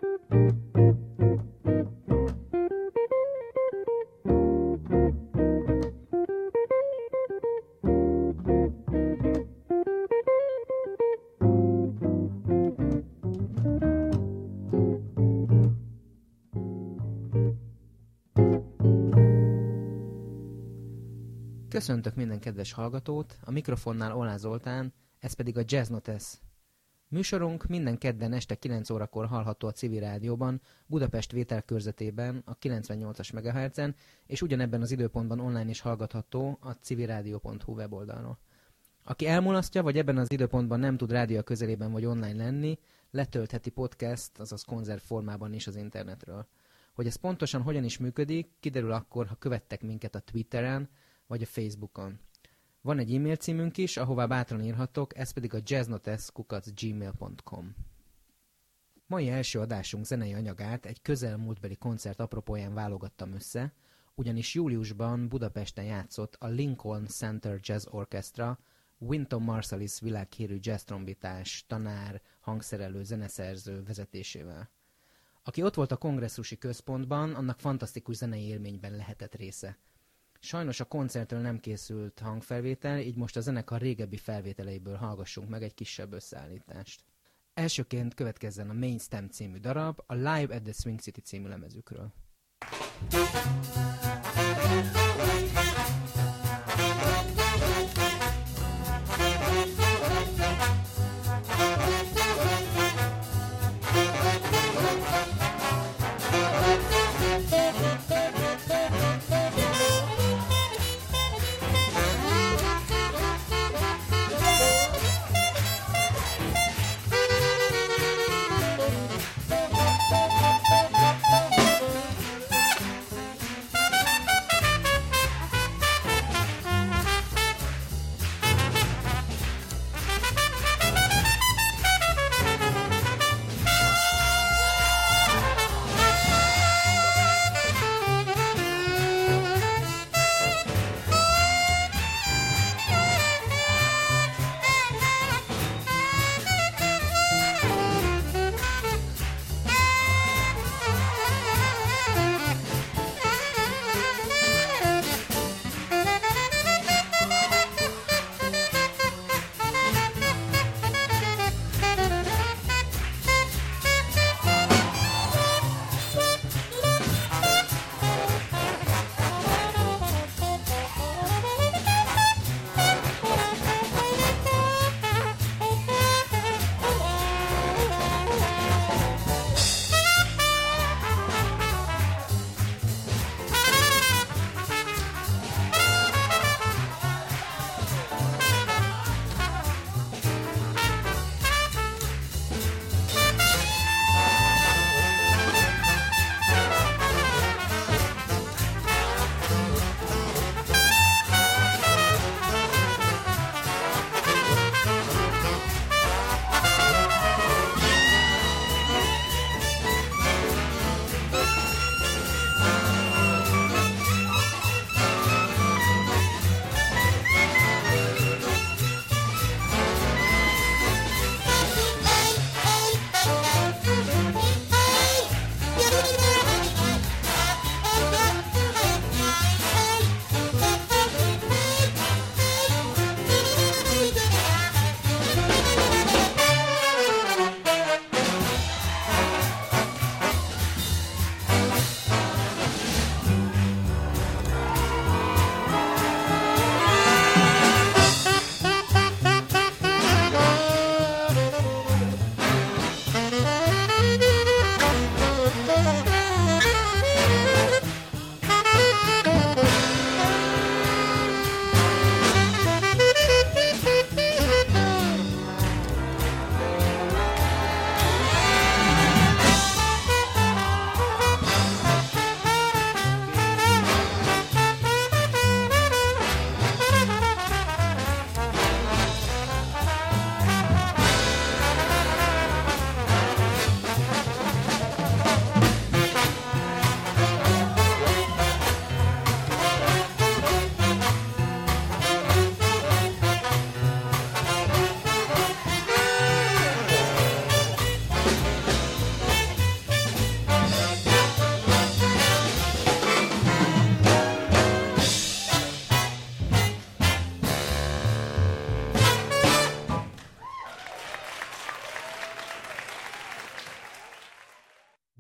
Köszöntök minden kedves hallgatót, a mikrofonnál Olá Zoltán, ez pedig a Jazz Notes. Műsorunk minden kedden este 9 órakor hallható a Civil Rádióban, Budapest vételkörzetében, a 98-as MHz-en, és ugyanebben az időpontban online is hallgatható a civilradio.hu weboldalon. Aki elmulasztja, vagy ebben az időpontban nem tud rádió közelében vagy online lenni, letöltheti podcast, azaz konzerv formában is az internetről. Hogy ez pontosan hogyan is működik, kiderül akkor, ha követtek minket a Twitteren, vagy a Facebookon. Van egy e-mail címünk is, ahová bátran írhatok, ez pedig a jazznotesz@gmail.com. Mai első adásunk zenei anyagát egy közelmúltbeli koncert apropóján válogattam össze, ugyanis júliusban Budapesten játszott a Lincoln Center Jazz Orchestra Wynton Marsalis világhírű jazztrombitás, tanár, hangszerelő, zeneszerző vezetésével. Aki ott volt a kongresszusi központban, annak fantasztikus zenei élményben lehetett része. Sajnos a koncertről nem készült hangfelvétel, így most a zenekar régebbi felvételeiből hallgassunk meg egy kisebb összeállítást. Elsőként következzen a Main Stem című darab, a Live at the Swing City című lemezükről.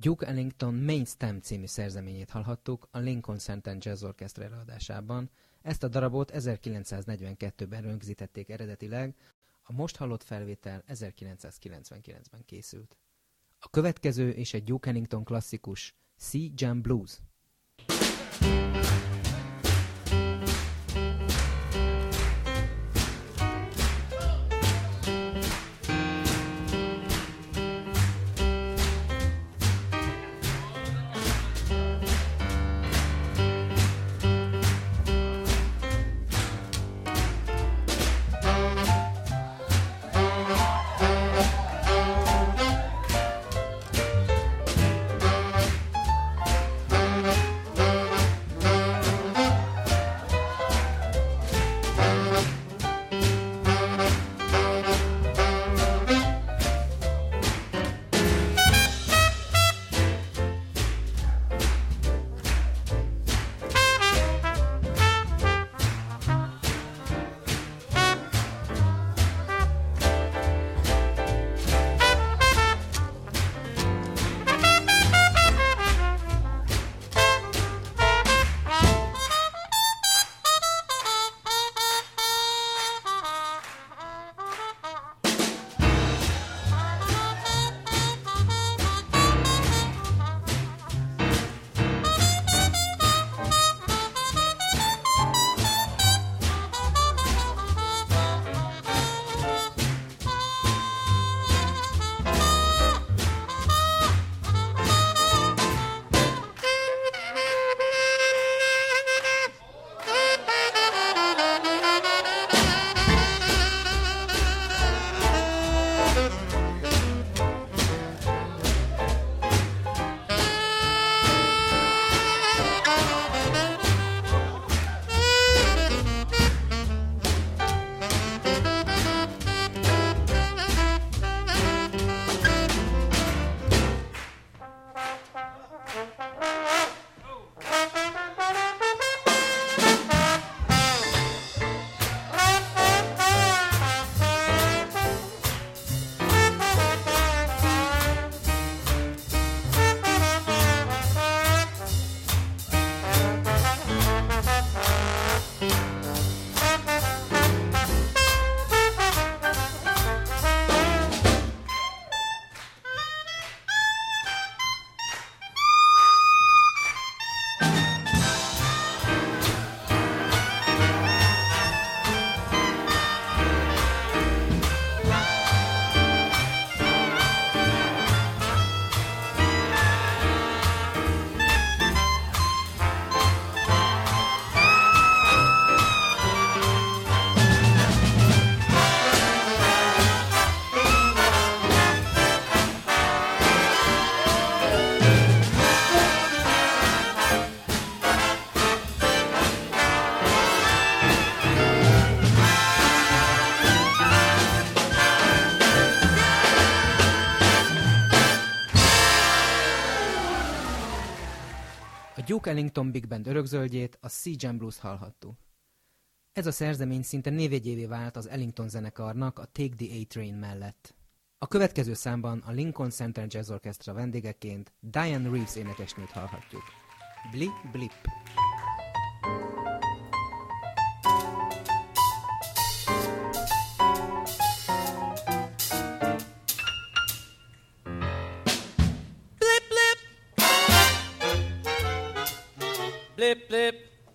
Duke Ellington Main Stem című szerzeményét hallhattuk a Lincoln Center Jazz Orchestra előadásában. Ezt a darabot 1942-ben rögzítették eredetileg, a most hallott felvétel 1999-ben készült. A következő és egy Duke Ellington klasszikus, Sea Jam Blues. Duke Ellington Big Band örökzöldjét, a Sea Jam Blues hallhattuk. Ez a szerzemény szinte névjegyévé vált az Ellington zenekarnak a Take the A-Train mellett. A következő számban a Lincoln Center Jazz Orchestra vendégeként Diane Reeves énekesnőt hallhatjuk. Blip Blip. Blip, blip.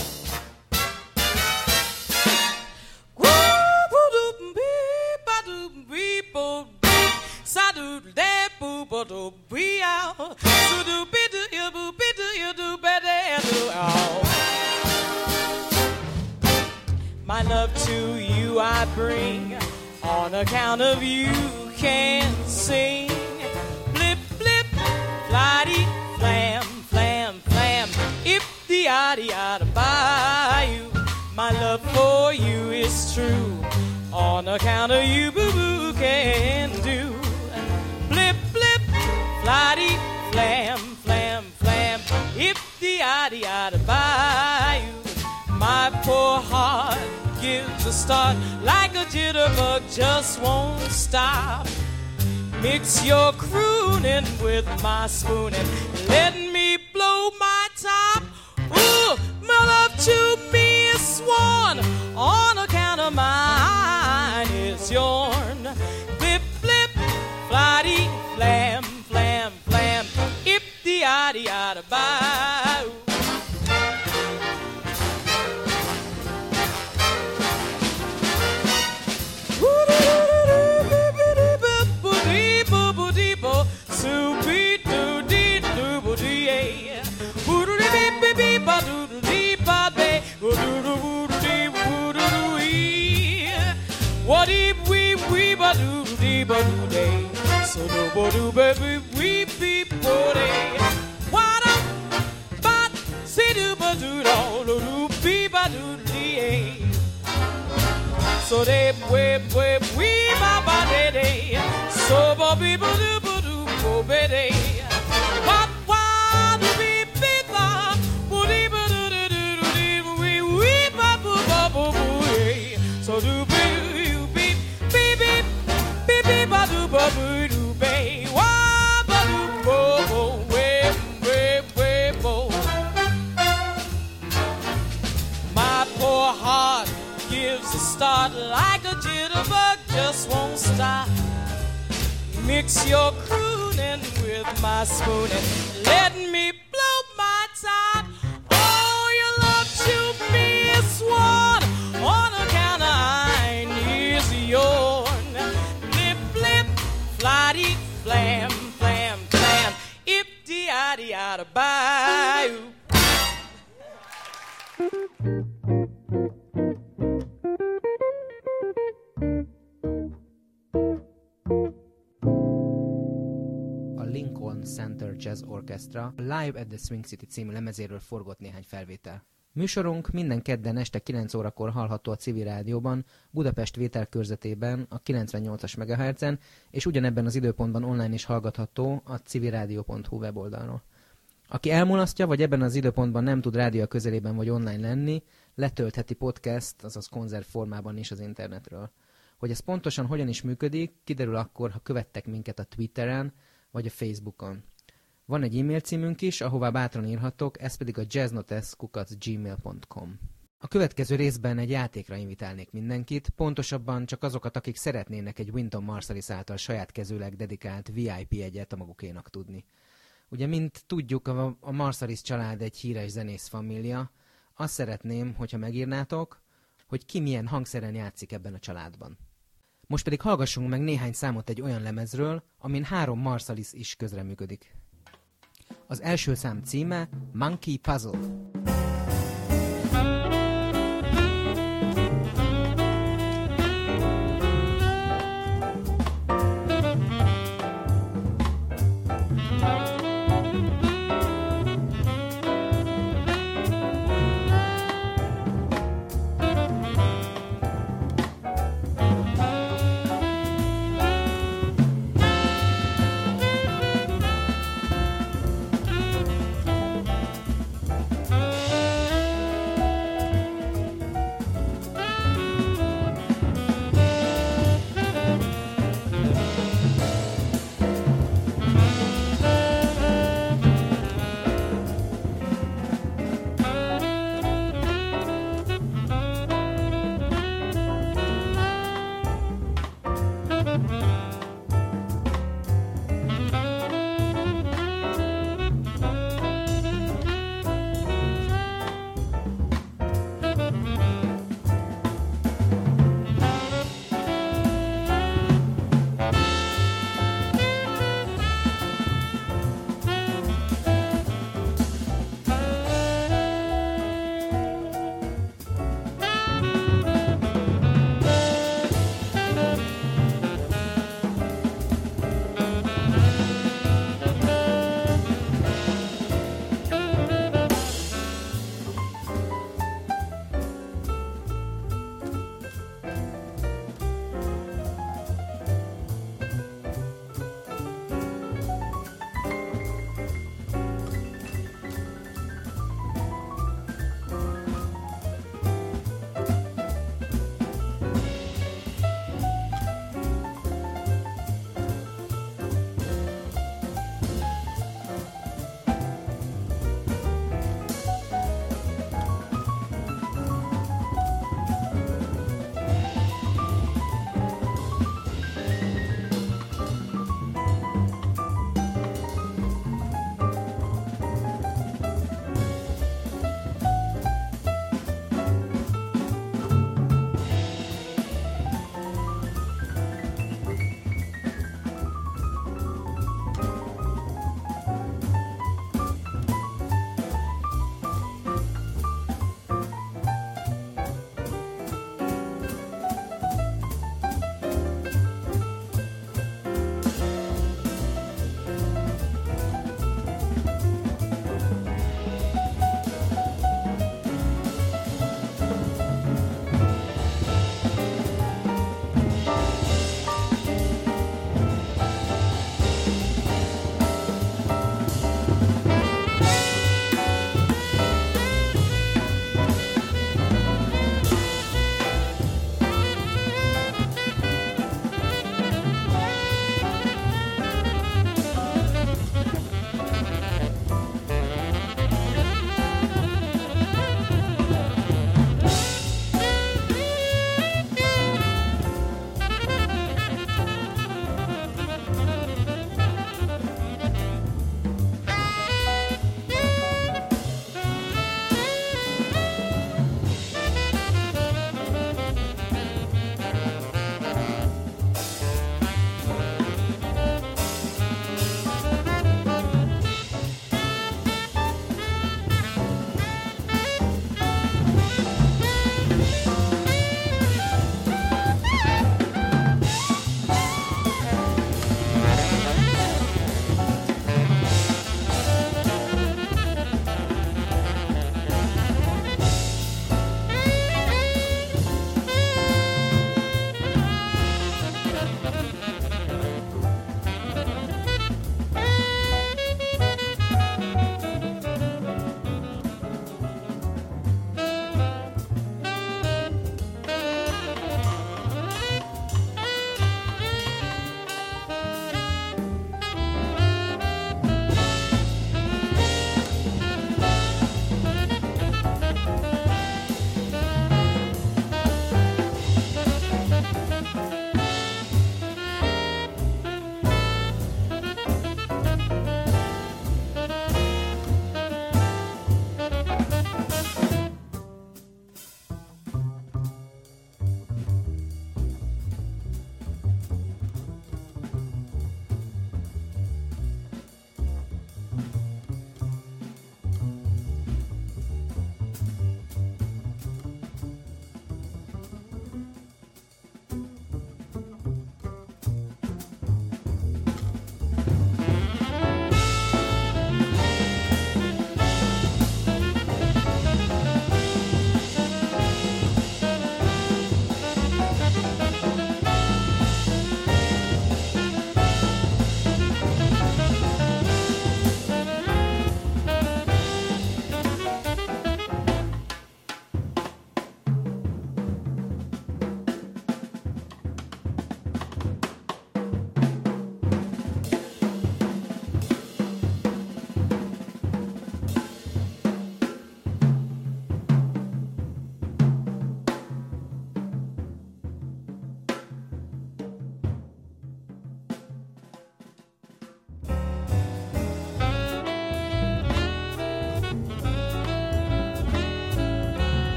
My love to you I bring, on account of you can sing. Blip, blip, flighty, flam, flam, flam. If the yada yada by you, my love for you is true. On account of you, boo boo can do. Blip blip, flighty, flam flam flam. If the yada yada by you, my poor heart gives a start like a jitterbug, just won't stop. Mix your crooning with my spooning. Let me blow my top. Ooh, my love to me is sworn. On account of mine is yourn. Flip, flip, flighty, flam, flam, flam. Ip-de-ah-de-ah-de-bye. What if we ba do dee ba do day? So do ba do baby we be body. What up, but see do ba do do be ba do dee. So they we ba ba day. So ba be ba do bo be day. What do be be ba body ba do we ba bo so do be. My poor heart gives a start like a jitterbug, just won't stop. Mix your crooning with my spooning. Let me blow my top. Oh, your love to me is sworn. On account of mine is yours. Flighty, flam, flam, flam, ip-de-ah-de-ah-de-bye. A Lincoln Center Jazz Orchestra Live at the Swing City című lemezéről forgott néhány felvétel. Műsorunk minden kedden este 9 órakor hallható a Civil Rádióban, Budapest vételkörzetében a 98-as MHz-en, és ugyanebben az időpontban online is hallgatható a civilradio.hu weboldalon. Aki elmulasztja, vagy ebben az időpontban nem tud rádió közelében vagy online lenni, letöltheti podcast, azaz konzerv formában is az internetről. Hogy ez pontosan hogyan is működik, kiderül akkor, ha követtek minket a Twitteren vagy a Facebookon. Van egy e-mail címünk is, ahová bátran írhatok, ez pedig a jazznotesz@gmail.com. A következő részben egy játékra invitálnék mindenkit, pontosabban csak azokat, akik szeretnének egy Wynton Marsalis által saját kezűleg dedikált VIP jegyet a magukénak tudni. Ugye, mint tudjuk, a Marsalis család egy híres zenész família. Azt szeretném, hogyha megírnátok, hogy ki milyen hangszeren játszik ebben a családban. Most pedig hallgassunk meg néhány számot egy olyan lemezről, amin 3 Marsalis is közreműködik. Az első szám címe Monkey Puzzle.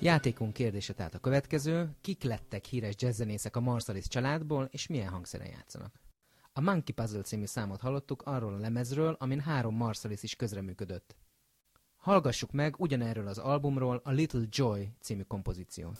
Játékunk kérdése tehát a következő: kik lettek híres jazzzenészek a Marsalis családból, és milyen hangszeren játszanak? A Monkey Puzzle című számot hallottuk arról a lemezről, amin 3 Marsalis is közreműködött. Hallgassuk meg ugyanerről az albumról a Little Joy című kompozíciót.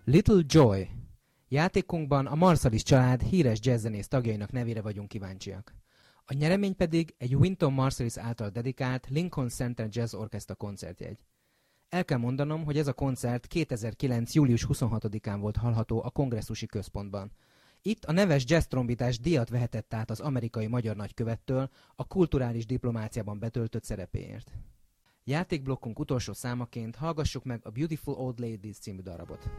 Little Joy. Játékunkban a Marsalis család híres jazzzenész tagjainak nevére vagyunk kíváncsiak. A nyeremény pedig egy Wynton Marsalis által dedikált Lincoln Center Jazz Orchestra koncertjegy. El kell mondanom, hogy ez a koncert 2009. július 26-án volt hallható a Kongresszusi Központban. Itt a neves jazz-trombitás díjat vehetett át az amerikai magyar nagykövettől a kulturális diplomáciában betöltött szerepéért. Játékblokkunk utolsó számaként hallgassuk meg a Beautiful Old Ladies című darabot.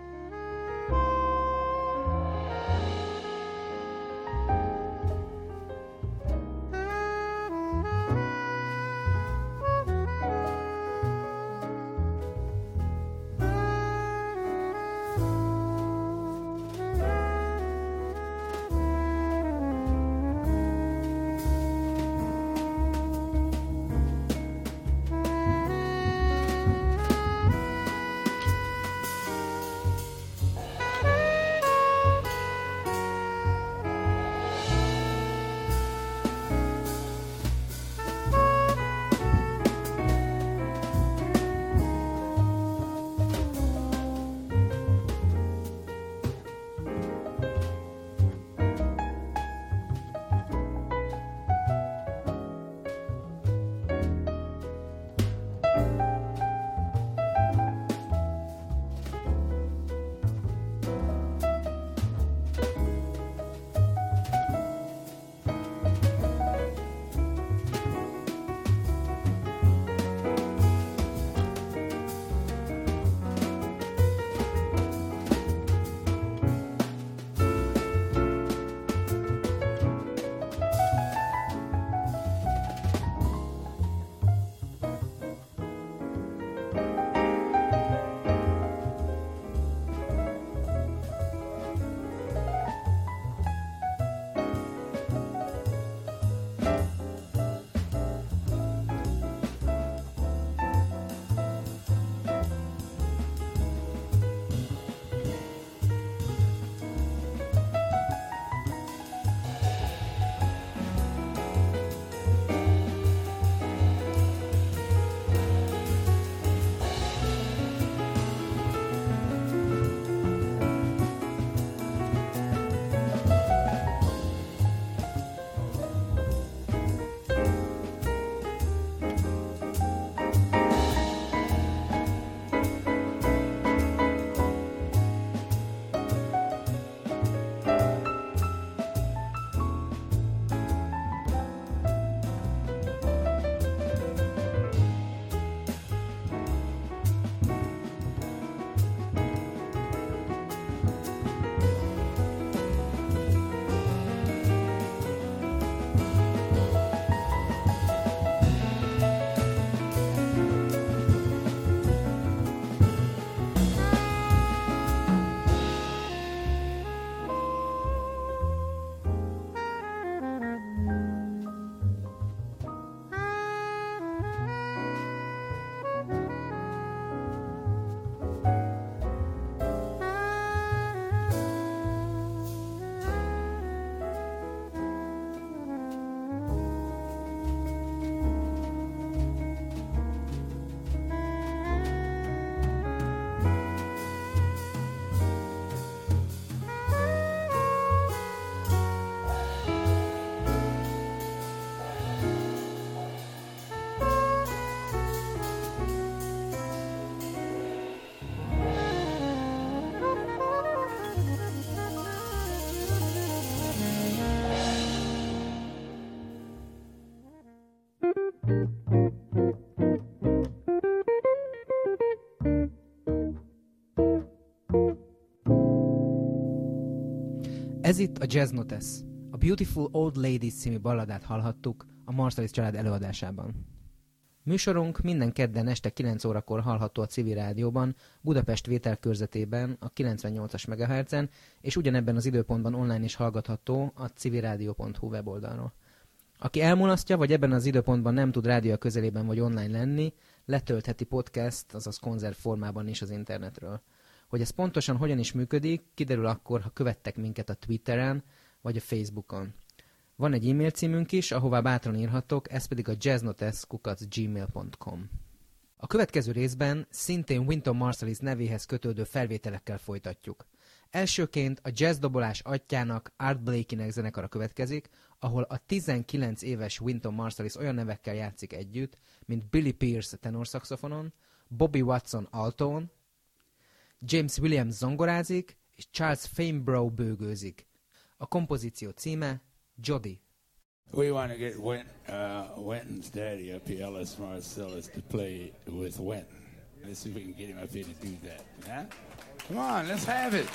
Ez itt a Jazz Notes. A Beautiful Old Ladies című balladát hallhattuk a Marsalis család előadásában. Műsorunk minden kedden este 9 órakor hallható a Civil Rádióban, Budapest vételkörzetében a 98-as MHz-en, és ugyanebben az időpontban online is hallgatható a civilradio.hu weboldalról. Aki elmulasztja, vagy ebben az időpontban nem tud rádió közelében vagy online lenni, letöltheti podcast, azaz konzerv formában is az internetről. Hogy ez pontosan hogyan is működik, kiderül akkor, ha követtek minket a Twitteren vagy a Facebookon. Van egy e-mail címünk is, ahová bátran írhatok, ez pedig a jazznotes@gmail.com. A következő részben szintén Wynton Marsalis nevéhez kötődő felvételekkel folytatjuk. Elsőként a jazzdobolás atyjának, Art Blakeynek zenekara következik, ahol a 19 éves Wynton Marsalis olyan nevekkel játszik együtt, mint Billy Pierce tenorszaxofonon, Bobby Watson altón, James Williams zongorázik, és Charles Fambrough bőgőzik. A kompozíció címe Jody. We want to get Wynton's daddy up here, Ellis Marsalis, to play with Wynton. Let's see if we can get him up here to do that. Huh? Come on, let's have it.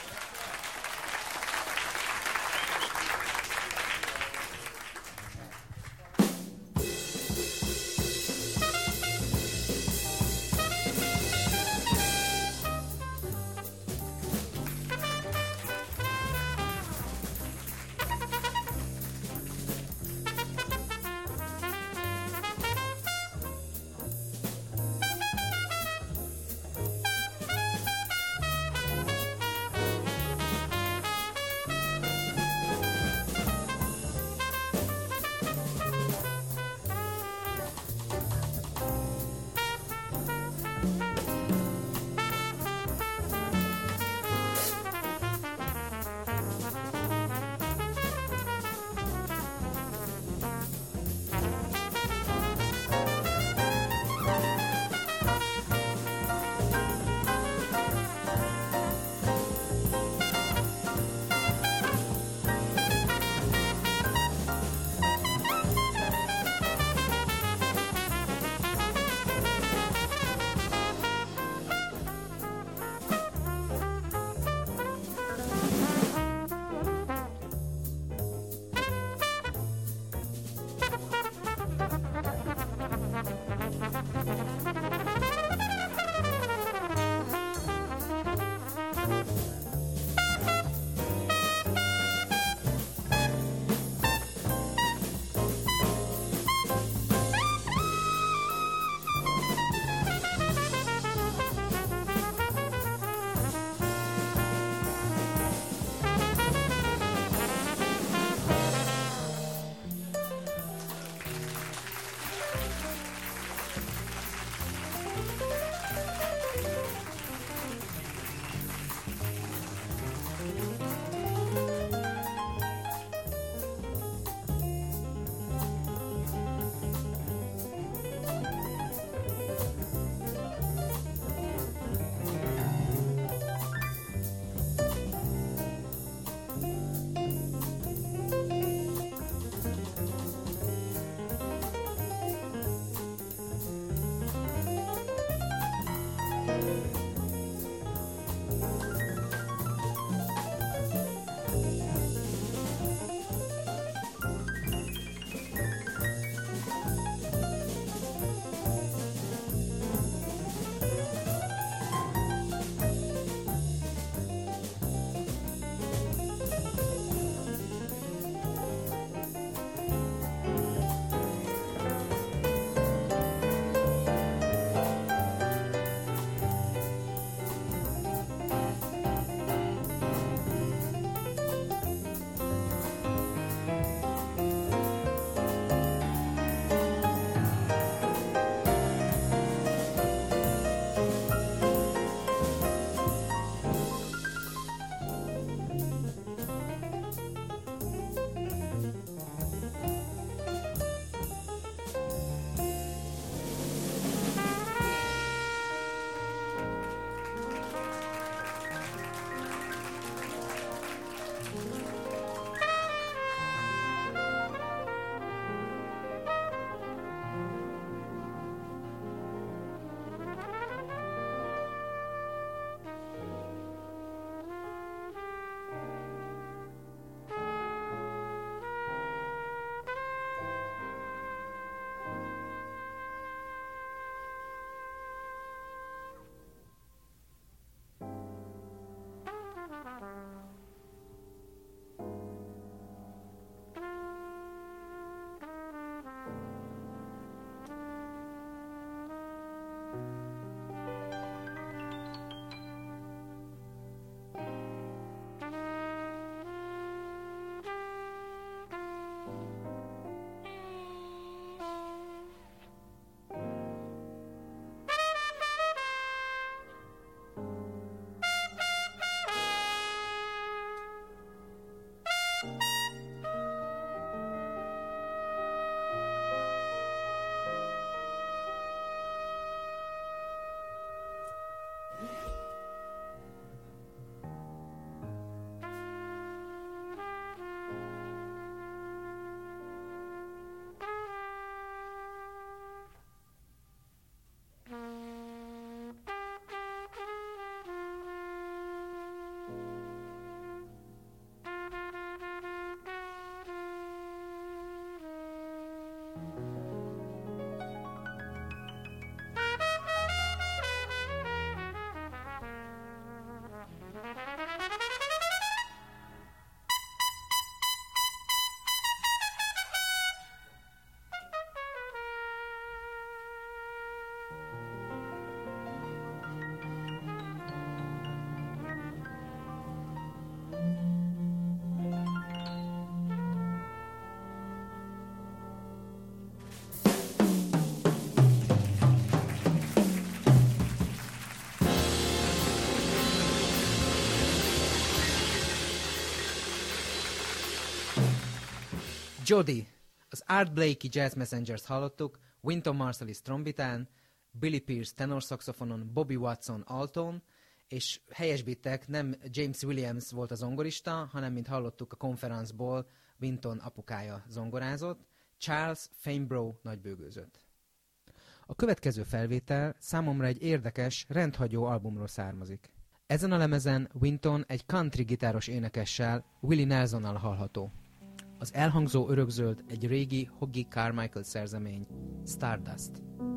Jody. Az Art Blakey Jazz Messengers hallottuk, Wynton Marsalis trombitán, Billy Pierce tenorszaxofonon, Bobby Watson altón, és helyesbítek, nem James Williams volt a zongorista, hanem, mint hallottuk a konferencból, Wynton apukája zongorázott, Charles Fambrough nagybőgőzött. A következő felvétel számomra egy érdekes, rendhagyó albumról származik. Ezen a lemezen Wynton egy country gitáros énekessel, Willie Nelsonnal hallható. Az elhangzó örökzöld egy régi Hoggy Carmichael szerzemény, Stardust.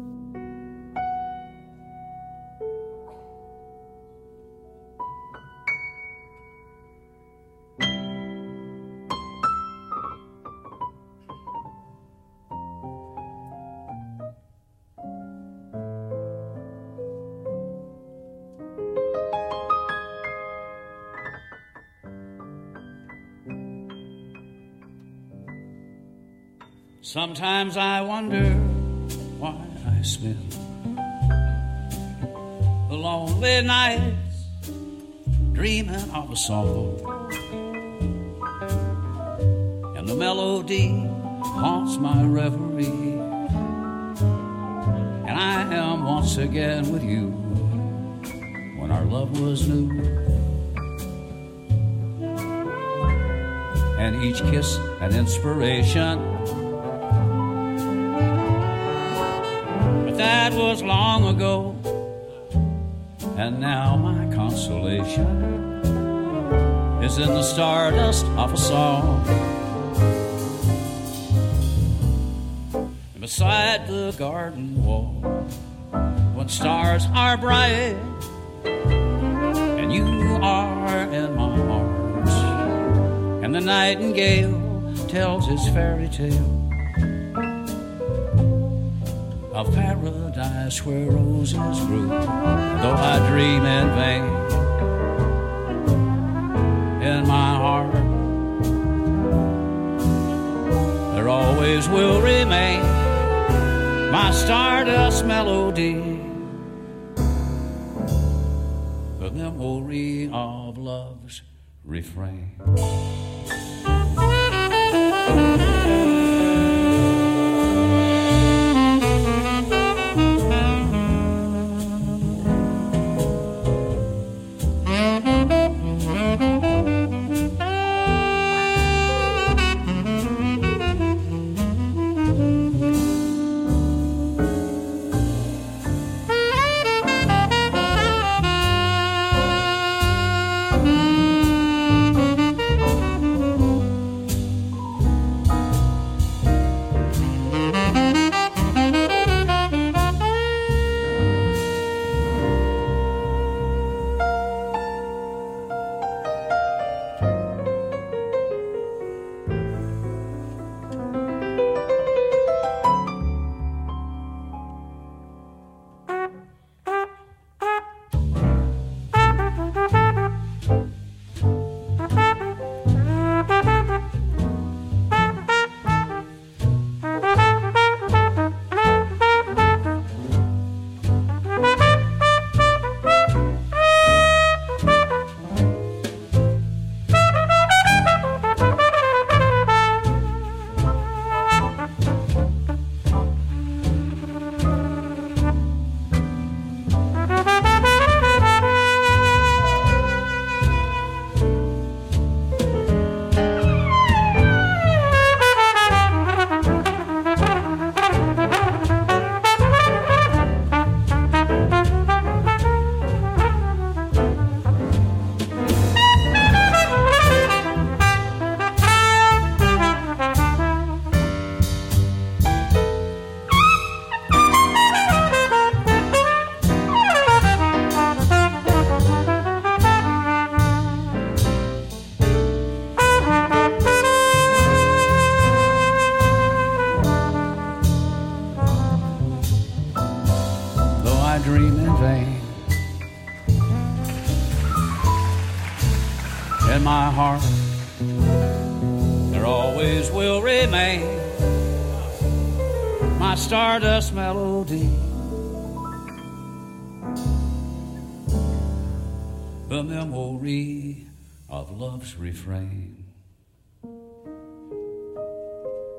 Sometimes I wonder why I spend the lonely nights dreaming of a song, and the melody haunts my reverie, and I am once again with you when our love was new, and each kiss an inspiration. That was long ago, and now my consolation is in the stardust of a song. And beside the garden wall, when stars are bright, and you are in my arms, and the nightingale tells his fairy tale of paradise where roses grew, though I dream in vain. In my heart there always will remain my stardust melody, the memory of love's refrain. In my heart there always will remain my stardust melody, the memory of love's refrain.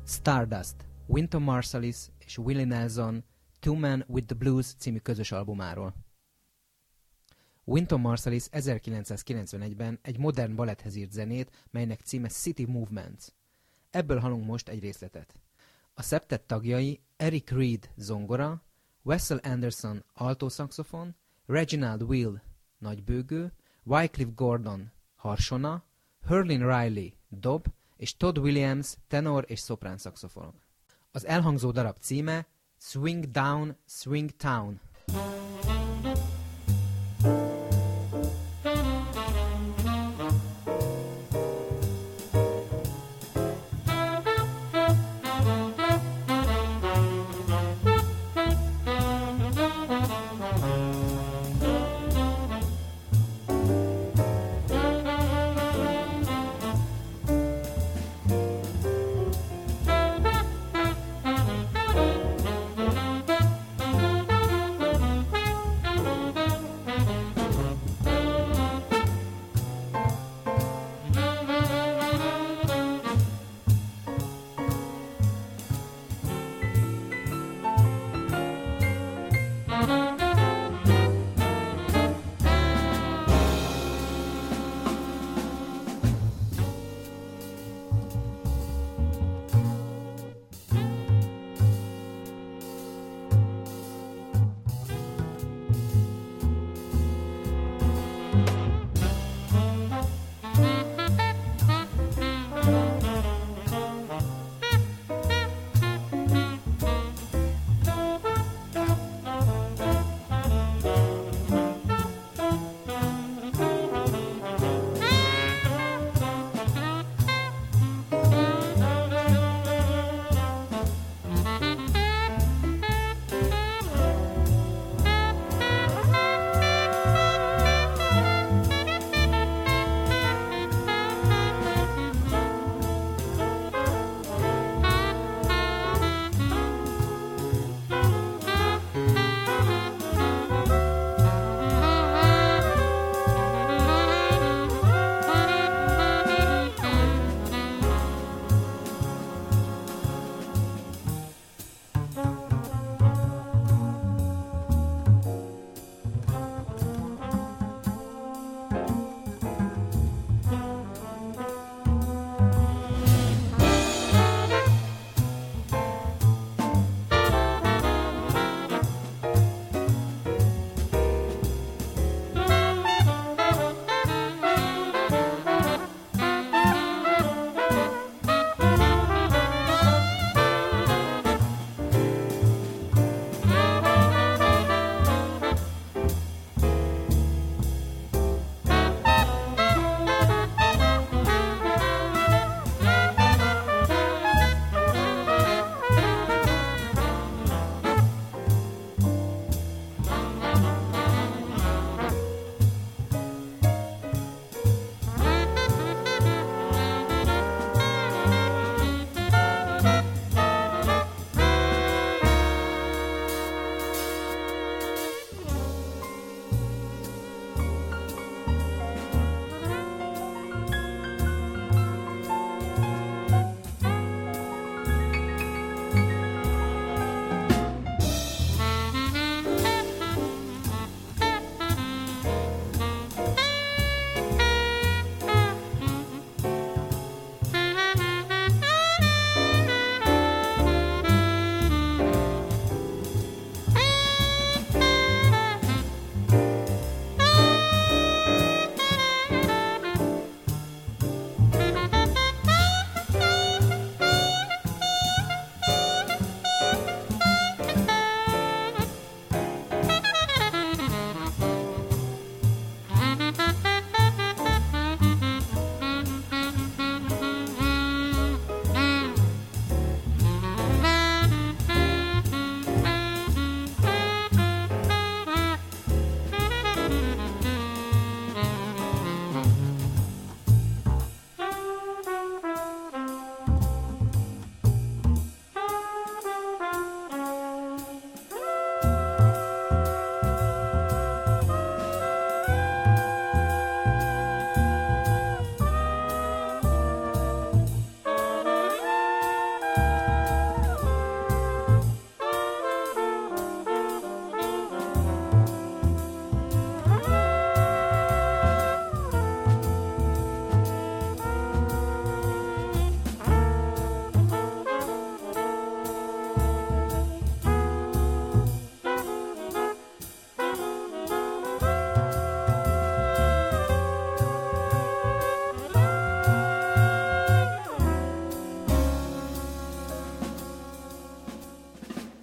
Stardust, Wynton Marsalis és Willie Nelson Two Men with the Blues című közös albumáról. Wynton Marsalis 1991-ben egy modern baletthez írt zenét, melynek címe City Movements. Ebből hallunk most egy részletet. A szeptett tagjai Eric Reed zongora, Wessel Anderson altószaxofon, Reginald Will nagybőgő, Wycliffe Gordon harsona, Herlin Riley dob és Todd Williams tenor és szoprán szaxofonok. Az elhangzó darab címe Swing Down, Swing Town.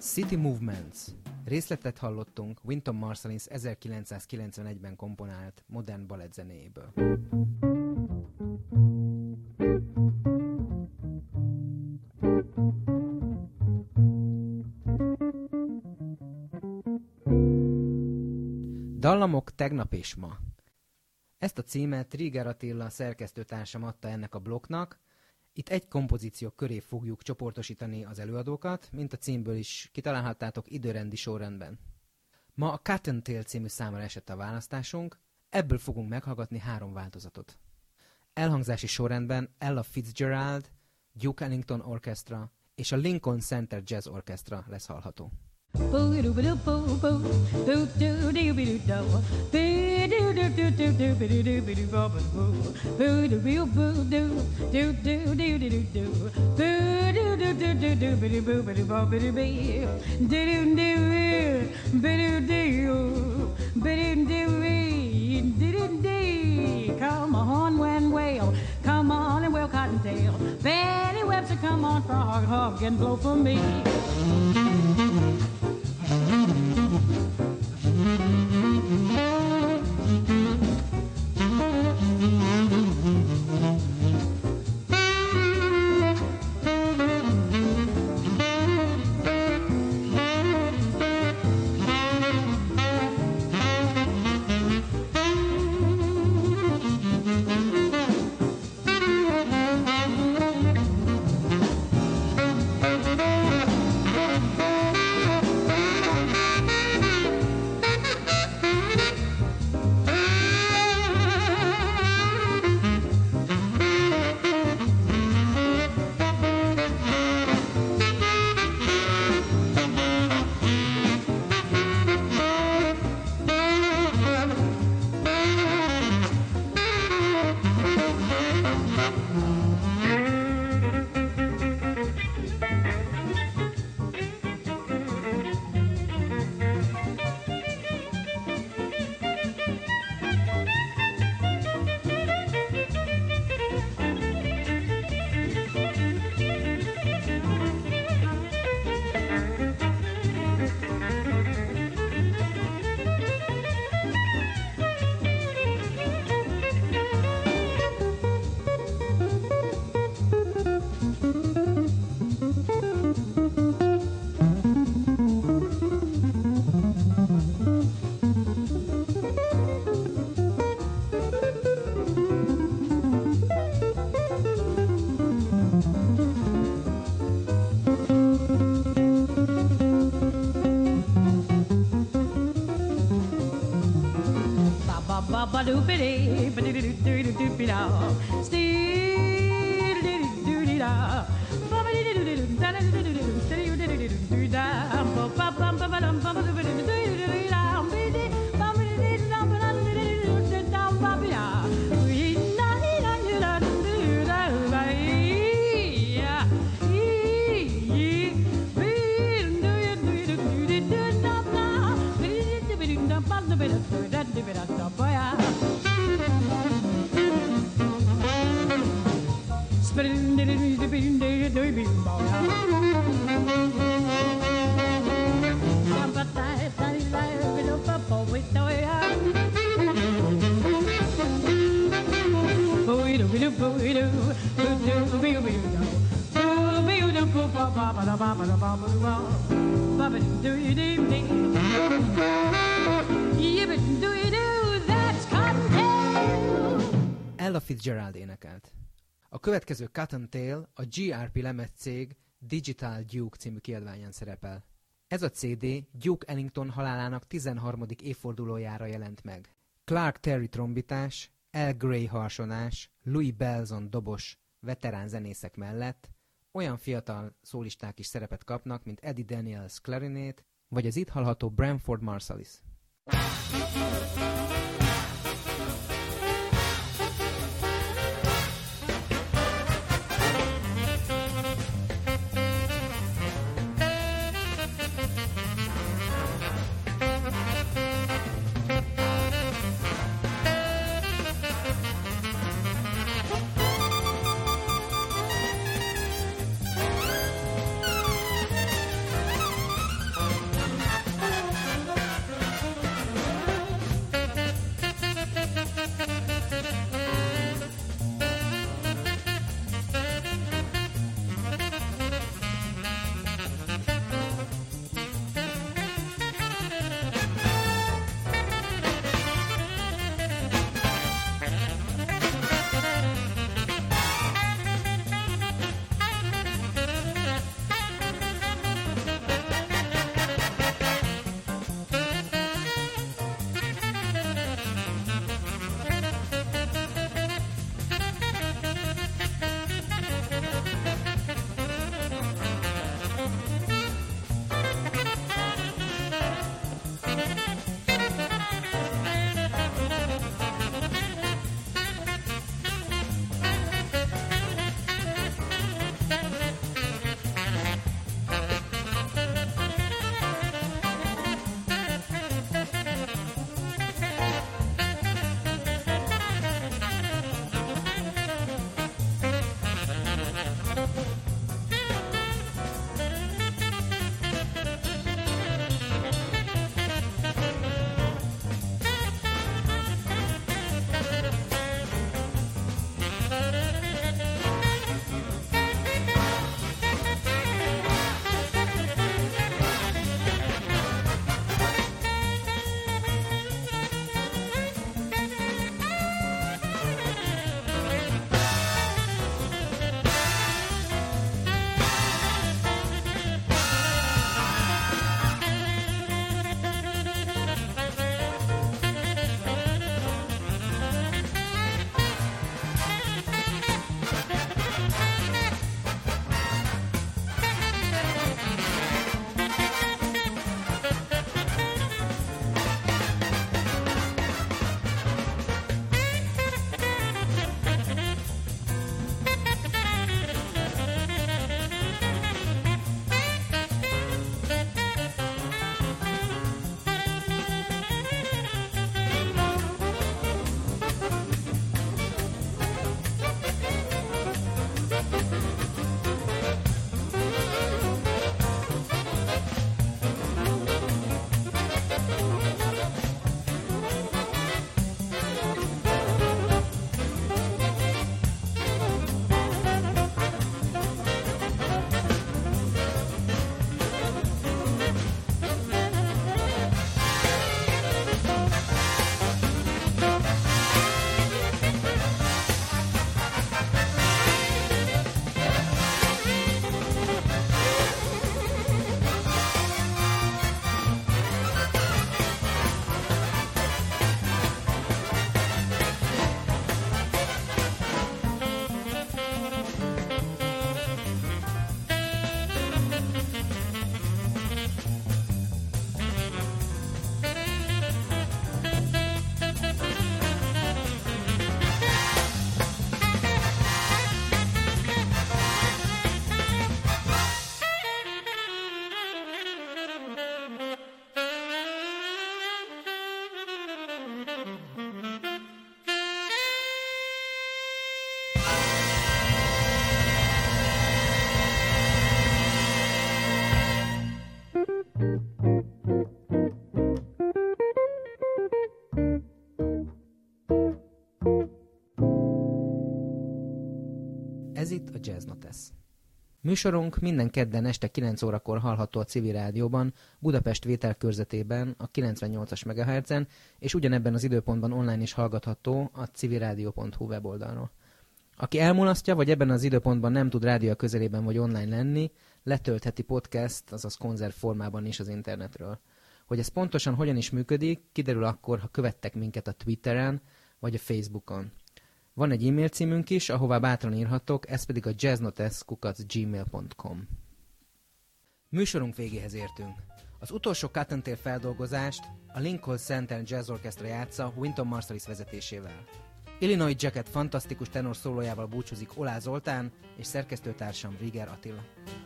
City Movements. Részletet hallottunk Wynton Marsalis 1991-ben komponált modern balett zenéjéből. Dallamok tegnap és ma. Ezt a címet Rieger Attila szerkesztőtársam adta ennek a blokknak. Itt egy kompozíció köré fogjuk csoportosítani az előadókat, mint a címből is kitalálhattátok időrendi sorrendben. Ma a Cotton Tail című számra esett a választásunk, ebből fogunk meghallgatni 3 változatot. Elhangzási sorrendben Ella Fitzgerald, Duke Ellington Orchestra és a Lincoln Center Jazz Orchestra lesz hallható. Come on, when whale, come on and wail cottontail. Fanny Webster, come on, frog, hug and blow for me. Ella Fitzgerald énekelt. A következő Cotton Tail a GRP lemezcég Digital Duke című kiadványán szerepel. Ez a CD Duke Ellington halálának 13. évfordulójára jelent meg. Clark Terry trombitás, Al Gray harsonás, Louis Belson dobos veterán zenészek mellett olyan fiatal szólisták is szerepet kapnak, mint Eddie Daniels klarinét, vagy az itt hallható Branford Marsalis. itt a Jazz Notes. Műsorunk minden kedden este 9 órakor hallható a Civil Rádióban, Budapest vételkörzetében, a 98-as MHz-en, és ugyanebben az időpontban online is hallgatható a civilradio.hu weboldalról. Aki elmulasztja, vagy ebben az időpontban nem tud rádió közelében vagy online lenni, letöltheti podcast, azaz konzerv formában is az internetről. Hogy ez pontosan hogyan is működik, kiderül akkor, ha követtek minket a Twitteren vagy a Facebookon. Van egy e-mail címünk is, ahová bátran írhatok, ez pedig a jazznotes@gmail.com. Műsorunk végéhez értünk. Az utolsó Cut and Tail feldolgozást a Lincoln Center Jazz Orchestra játsza Wynton Marsalis vezetésével. Illinois Jacket fantasztikus tenor szólójával búcsúzik Olá Zoltán és szerkesztőtársam Riger Attila.